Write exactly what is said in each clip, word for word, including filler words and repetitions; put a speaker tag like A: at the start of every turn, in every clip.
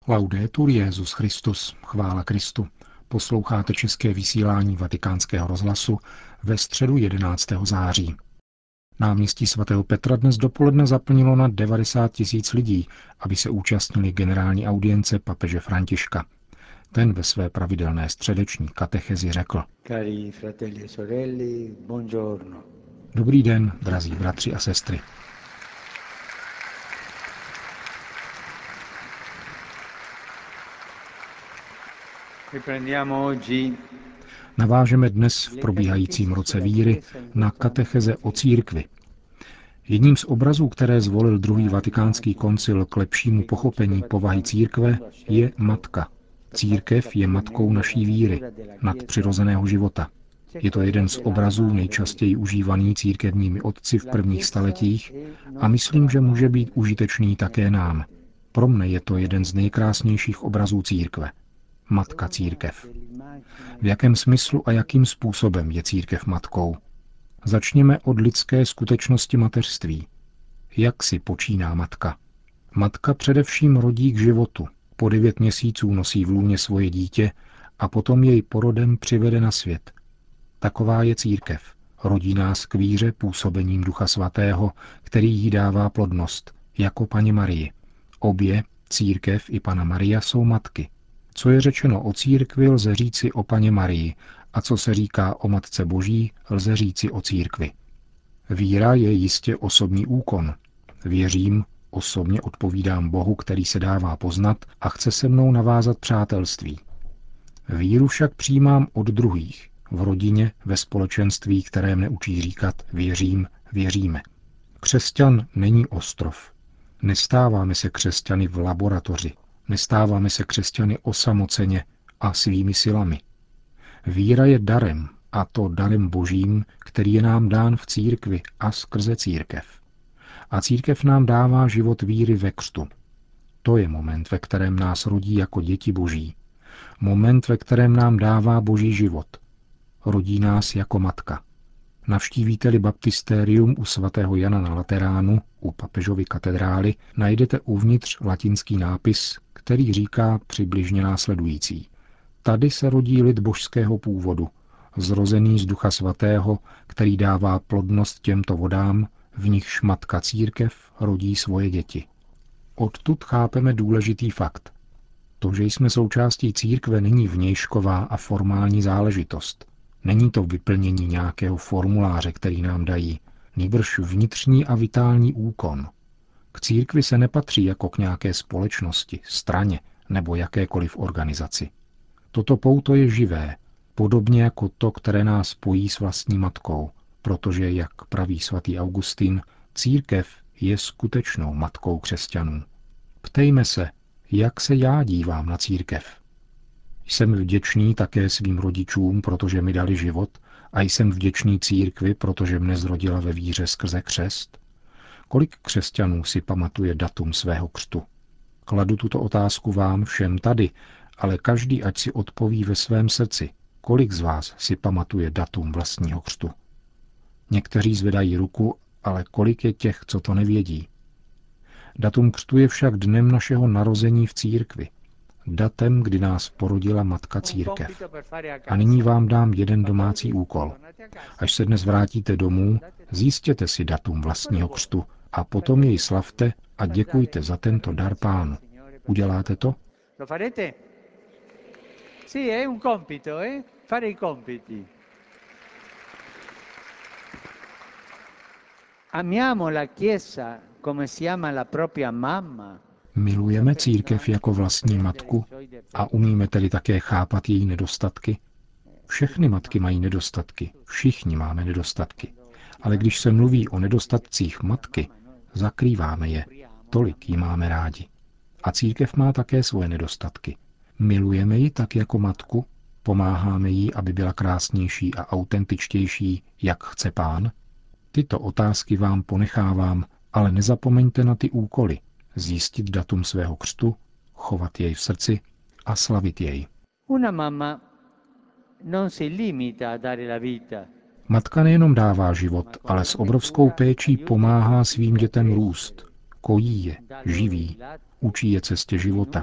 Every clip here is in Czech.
A: Laudetur Jesus Christus, chvála Kristu. Posloucháte české vysílání Vatikánského rozhlasu ve středu jedenáctého září. Náměstí svatého Petra dnes dopoledne zaplnilo na devadesát tisíc lidí, aby se účastnili generální audience papeže Františka. Ten ve své pravidelné středeční katechezi řekl:
B: Cari fratelli e sorelle, buongiorno.
A: Dobrý den, drazí bratři a sestry. Navážeme dnes v probíhajícím roce víry na katecheze o církvi. Jedním z obrazů, které zvolil druhý vatikánský koncil k lepšímu pochopení povahy církve, je matka. Církev je matkou naší víry, nadpřirozeného života. Je to jeden z obrazů nejčastěji užívaný církevními otci v prvních staletích a myslím, že může být užitečný také nám. Pro mne je to jeden z nejkrásnějších obrazů církve. Matka církev. V jakém smyslu a jakým způsobem je církev matkou? Začněme od lidské skutečnosti mateřství. Jak si počíná matka? Matka především rodí k životu. Po devět měsíců nosí v lůně svoje dítě a potom jej porodem přivede na svět. Taková je církev. Rodí nás k víře působením Ducha Svatého, který jí dává plodnost, jako Panně Marii. Obě, církev i Panna Maria, jsou matky. Co je řečeno o církvi, lze říci o Panně Marii, a co se říká o Matce Boží, lze říci o církvi. Víra je jistě osobní úkon. Věřím, osobně odpovídám Bohu, který se dává poznat a chce se mnou navázat přátelství. Víru však přijímám od druhých, v rodině, ve společenství, které mne učí říkat věřím, věříme. Křesťan není ostrov. Nestáváme se křesťany v laboratoři. Nestáváme se křesťany osamoceně a svými silami. Víra je darem, a to darem Božím, který je nám dán v církvi a skrze církev. A církev nám dává život víry ve křtu. To je moment, ve kterém nás rodí jako děti Boží. Moment, ve kterém nám dává Boží život. Rodí nás jako matka. Navštívíte-li baptistérium u svatého Jana na Lateránu, u papežovy katedrály, najdete uvnitř latinský nápis, který říká přibližně následující. Tady se rodí lid božského původu, zrozený z Ducha Svatého, který dává plodnost těmto vodám, v nichž matka církev rodí svoje děti. Odtud chápeme důležitý fakt. To, že jsme součástí církve, není vnějšková a formální záležitost. Není to vyplnění nějakého formuláře, který nám dají, nýbrž vnitřní a vitální úkon. K církvi se nepatří jako k nějaké společnosti, straně nebo jakékoliv organizaci. Toto pouto je živé, podobně jako to, které nás spojí s vlastní matkou, protože, jak praví svatý Augustin, církev je skutečnou matkou křesťanů. Ptejme se, jak se já dívám na církev. Jsem vděčný také svým rodičům, protože mi dali život, a jsem vděčný církvi, protože mne zrodila ve víře skrze křest. Kolik křesťanů si pamatuje datum svého křtu? Kladu tuto otázku vám všem tady, ale každý ať si odpoví ve svém srdci, kolik z vás si pamatuje datum vlastního křtu. Někteří zvedají ruku, ale kolik je těch, co to nevědí. Datum křtu je však dnem našeho narození v církvi, datem, kdy nás porodila matka církev. A nyní vám dám jeden domácí úkol. Až se dnes vrátíte domů, zjistěte si datum vlastního křtu a potom jej slavte a děkujte za tento dar Pánu. Uděláte to?
B: Sì, è un compito, eh? Fare i compiti. Amiamo la Chiesa come si ama la propria mamma.
A: Milujeme církev jako vlastní matku a umíme tedy také chápat její nedostatky? Všechny matky mají nedostatky, všichni máme nedostatky. Ale když se mluví o nedostatcích matky, zakrýváme je, tolik ji máme rádi. A církev má také svoje nedostatky. Milujeme ji tak jako matku? Pomáháme jí, aby byla krásnější a autentičtější, jak chce Pán? Tyto otázky vám ponechávám, ale nezapomeňte na ty úkoly. Zjistit datum svého křtu, chovat jej v srdci a slavit jej.
B: Una mamma non si limita a dare la vita.
A: Matka nejenom dává život, ale s obrovskou péčí pomáhá svým dětem růst. Kojí je, živí, učí je cestě života,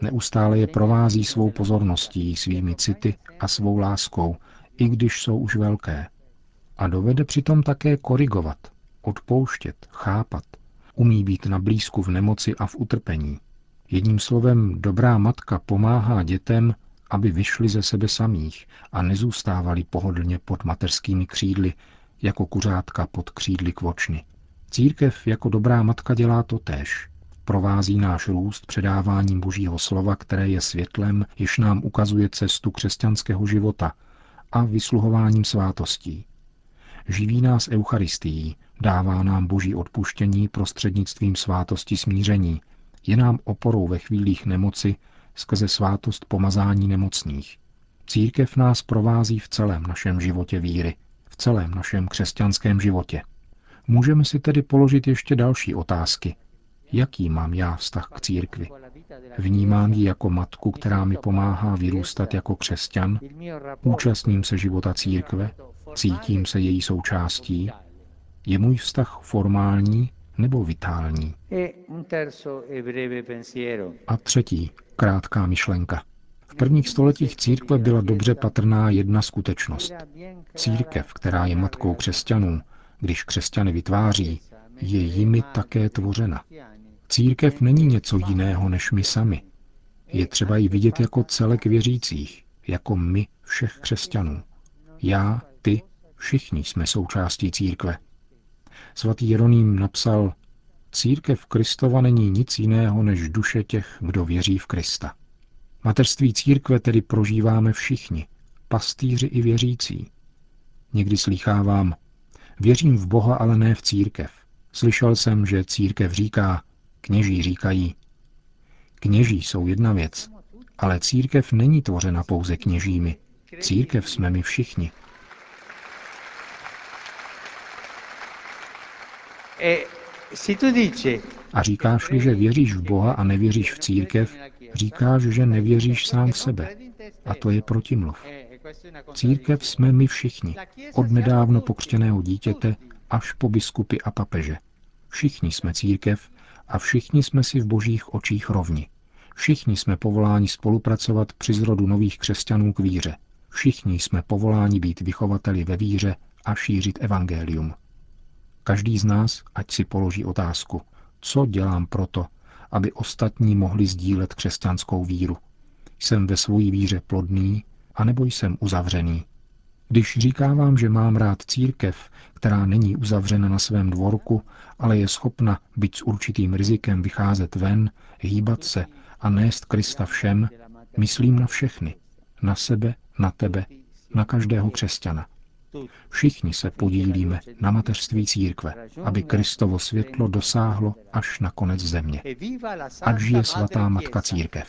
A: Neustále je provází svou pozorností, svými city a svou láskou, i když jsou už velké. A dovede přitom také korigovat, odpouštět, chápat. Umí být na blízku v nemoci a v utrpení. Jedním slovem, dobrá matka pomáhá dětem, aby vyšli ze sebe samých a nezůstávali pohodlně pod mateřskými křídly, jako kuřátka pod křídly kvočny. Církev jako dobrá matka dělá totéž. Provází náš růst předáváním Božího slova, které je světlem, jež nám ukazuje cestu křesťanského života, a vysluhováním svátostí. Živí nás Eucharistií, dává nám Boží odpuštění prostřednictvím svátosti smíření, je nám oporou ve chvílích nemoci skrze svátost pomazání nemocných. Církev nás provází v celém našem životě víry, v celém našem křesťanském životě. Můžeme si tedy položit ještě další otázky. Jaký mám já vztah k církvi? Vnímám ji jako matku, která mi pomáhá vyrůstat jako křesťan? Účastním se života církve? Cítím se její součástí? Je můj vztah formální nebo vitální? A třetí, krátká myšlenka. V prvních stoletích církve byla dobře patrná jedna skutečnost. Církev, která je matkou křesťanů, když křesťany vytváří, je jimi také tvořena. Církev není něco jiného než my sami. Je třeba ji vidět jako celek věřících, jako my všech křesťanů. Já, ty, všichni jsme součástí církve. Svatý Jeroným napsal, církev Kristova není nic jiného než duše těch, kdo věří v Krista. Mateřství církve tedy prožíváme všichni, pastýři i věřící. Někdy slýchávám, věřím v Boha, ale ne v církev. Slyšel jsem, že církev říká, kněží říkají. Kněží jsou jedna věc, ale církev není tvořena pouze kněžími. Církev jsme my všichni. A říkáš-li, že věříš v Boha a nevěříš v církev, říkáš, že nevěříš sám v sebe. A to je protimluv. Církev jsme my všichni, od nedávno pokřtěného dítěte až po biskupy a papeže. Všichni jsme církev a všichni jsme si v Božích očích rovni. Všichni jsme povoláni spolupracovat při zrodu nových křesťanů k víře. Všichni jsme povoláni být vychovateli ve víře a šířit evangelium. Každý z nás, ať si položí otázku, co dělám proto, aby ostatní mohli sdílet křesťanskou víru. Jsem ve svojí víře plodný, anebo jsem uzavřený? Když říkávám, že mám rád církev, která není uzavřena na svém dvorku, ale je schopna, byť s určitým rizikem, vycházet ven, hýbat se a nést Krista všem, myslím na všechny. Na sebe, na tebe, na každého křesťana. Všichni se podílíme na mateřství církve, aby Kristovo světlo dosáhlo až na konec země. Ať žije svatá matka církev.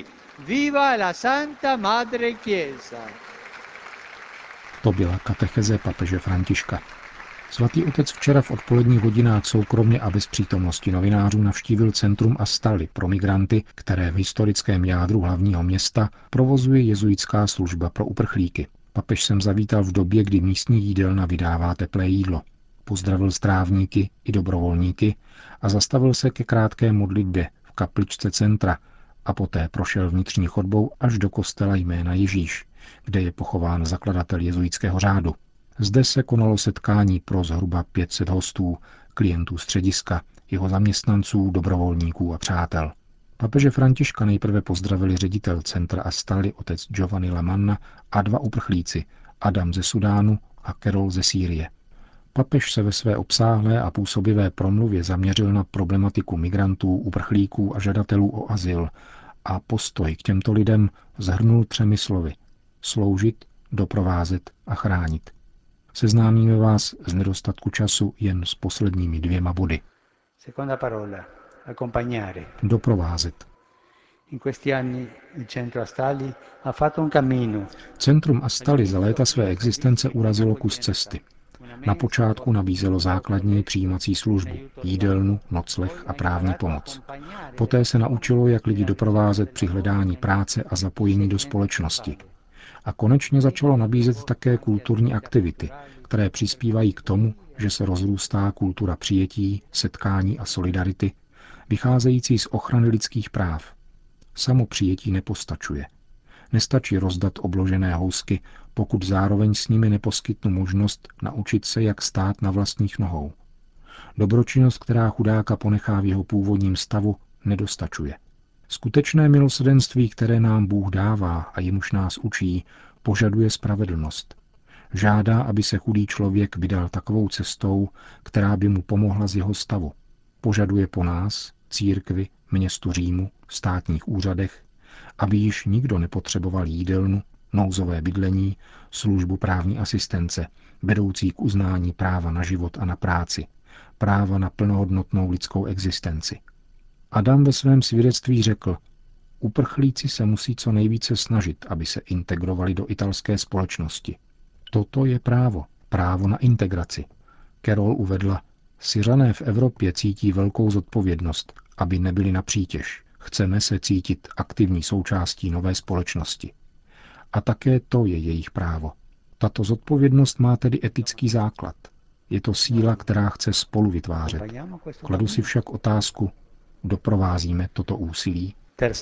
A: To byla katecheze papeže Františka. Svatý otec včera v odpoledních hodinách soukromně a bez přítomnosti novinářů navštívil centrum Astalli pro migranty, které v historickém jádru hlavního města provozuje jezuitská služba pro uprchlíky. Papež sem zavítal v době, kdy místní jídelna vydává teplé jídlo. Pozdravil strávníky i dobrovolníky a zastavil se ke krátké modlitbě v kapličce centra a poté prošel vnitřní chodbou až do kostela jména Ježíš, kde je pochován zakladatel jezuitského řádu. Zde se konalo setkání pro zhruba pět set hostů, klientů střediska, jeho zaměstnanců, dobrovolníků a přátel. Papeže Františka nejprve pozdravili ředitel centra Astalli otec Giovanni Lamanna a dva uprchlíci, Adam ze Sudánu a Carol ze Sýrie. Papež se ve své obsáhlé a působivé promluvě zaměřil na problematiku migrantů, uprchlíků a žadatelů o azyl a postoj k těmto lidem shrnul třemi slovy: sloužit, doprovázet a chránit. Seznámíme vás z nedostatku času jen s posledními dvěma body.
B: Seconda parola, accompagnare.
A: Doprovázet.
B: In questi anni il centro Astalli ha fatto un cammino.
A: Centrum Astalli za léta své existence urazilo kus cesty. Na počátku nabízelo základní přijímací službu, jídelnu, nocleh a právní pomoc. Poté se naučilo, jak lidi doprovázet při hledání práce a zapojení do společnosti. A konečně začalo nabízet také kulturní aktivity, které přispívají k tomu, že se rozrůstá kultura přijetí, setkání a solidarity, vycházející z ochrany lidských práv. Samo přijetí nepostačuje. Nestačí rozdat obložené housky, pokud zároveň s nimi neposkytnu možnost naučit se, jak stát na vlastních nohou. Dobročinnost, která chudáka ponechá v jeho původním stavu, nedostačuje. Skutečné milosrdenství, které nám Bůh dává a jemuž nás učí, požaduje spravedlnost. Žádá, aby se chudý člověk vydal takovou cestou, která by mu pomohla z jeho stavu. Požaduje po nás, církvi, městu Římu, státních úřadech, aby již nikdo nepotřeboval jídelnu, nouzové bydlení, službu právní asistence, vedoucí k uznání práva na život a na práci, práva na plnohodnotnou lidskou existenci. Adam ve svém svědectví řekl, uprchlíci se musí co nejvíce snažit, aby se integrovali do italské společnosti. Toto je právo, právo na integraci. Carol uvedla, Syřané v Evropě cítí velkou zodpovědnost, aby nebyli na přítěž. Chceme se cítit aktivní součástí nové společnosti. A také to je jejich právo. Tato zodpovědnost má tedy etický základ. Je to síla, která chce spolu vytvářet. Kladu si však otázku, doprovázíme toto úsilí?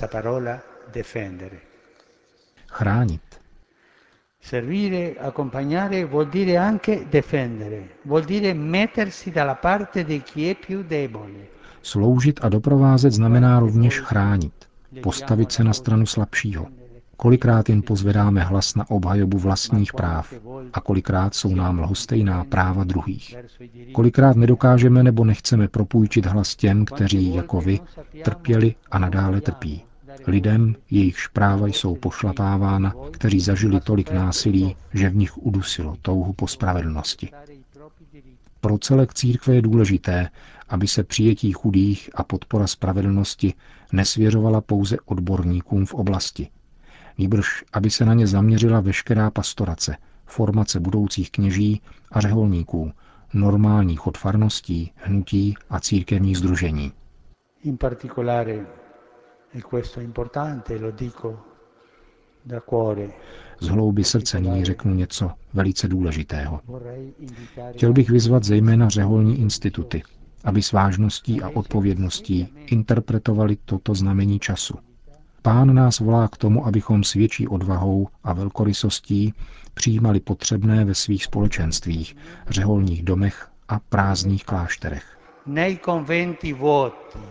A: Chránit.
B: Servire, accompagnare vuol dire anche difendere, vuol dire mettersi dalla parte di chi è più debole.
A: Sloužit a doprovázet znamená rovněž chránit, postavit se na stranu slabšího. Kolikrát jen pozvedáme hlas na obhajobu vlastních práv a kolikrát jsou nám lhostejná práva druhých. Kolikrát nedokážeme nebo nechceme propůjčit hlas těm, kteří, jako vy, trpěli a nadále trpí. Lidem, jejichž práva jsou pošlapávána, kteří zažili tolik násilí, že v nich udusilo touhu po spravedlnosti. Pro celek církve je důležité, aby se přijetí chudých a podpora spravedlnosti nesvěřovala pouze odborníkům v oblasti. Nýbrž, aby se na ně zaměřila veškerá pastorace, formace budoucích kněží a řeholníků, normální chod farností, hnutí a církevních sdružení.
B: In particolare, e questo è importante, lo dico da cuore.
A: Z hloubi srdce nyní řeknu něco velice důležitého. Chtěl bych vyzvat zejména řeholní instituty, aby s vážností a odpovědností interpretovali toto znamení času. Pán nás volá k tomu, abychom s větší odvahou a velkorysostí přijímali potřebné ve svých společenstvích, řeholních domech a prázdných klášterech.
B: Nei conventi vuoti.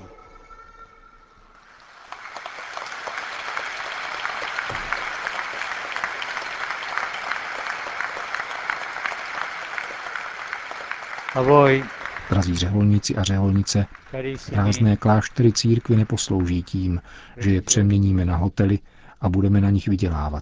B: A voi,
A: drazí řeholníci a řeholnice, prázdné kláštery církvi neposlouží tím, že je přeměníme na hotely a budeme na nich vydělávat.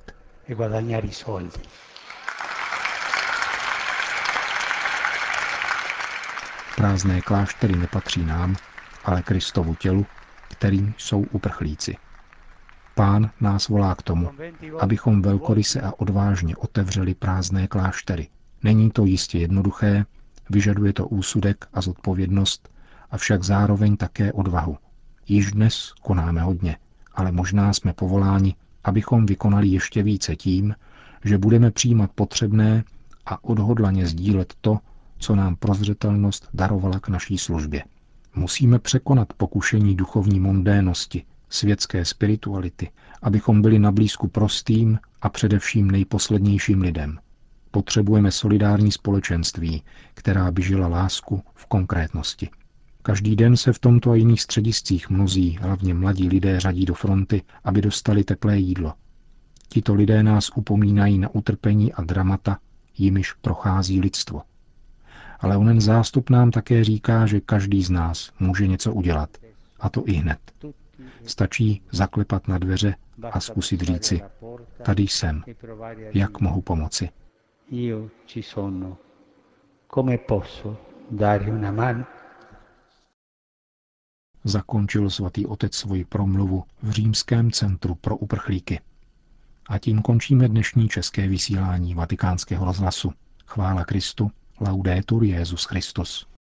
A: Prázdné kláštery nepatří nám, ale Kristovu tělu, kterým jsou uprchlíci. Pán nás volá k tomu, abychom velkoryse a odvážně otevřeli prázdné kláštery. Není to jistě jednoduché, vyžaduje to úsudek a zodpovědnost, avšak zároveň také odvahu. Již dnes konáme hodně, ale možná jsme povoláni, abychom vykonali ještě více tím, že budeme přijímat potřebné a odhodlaně sdílet to, co nám prozřetelnost darovala k naší službě. Musíme překonat pokušení duchovní mondénosti, světské spirituality, abychom byli nablízku prostým a především nejposlednějším lidem. Potřebujeme solidární společenství, která by žila lásku v konkrétnosti. Každý den se v tomto a jiných střediscích mnozí, hlavně mladí lidé, řadí do fronty, aby dostali teplé jídlo. Tito lidé nás upomínají na utrpení a dramata, jimiž prochází lidstvo. Ale onen zástup nám také říká, že každý z nás může něco udělat, a to i hned. Stačí zaklepat na dveře a zkusit říci, tady jsem, jak mohu pomoci.
B: Io ci sono. Come posso dare una mano?
A: Zakončil svatý otec svoji promluvu v Římském centru pro uprchlíky. A tím končíme dnešní české vysílání Vatikánského rozhlasu. Chvála Kristu, laudetur Jesus Christus.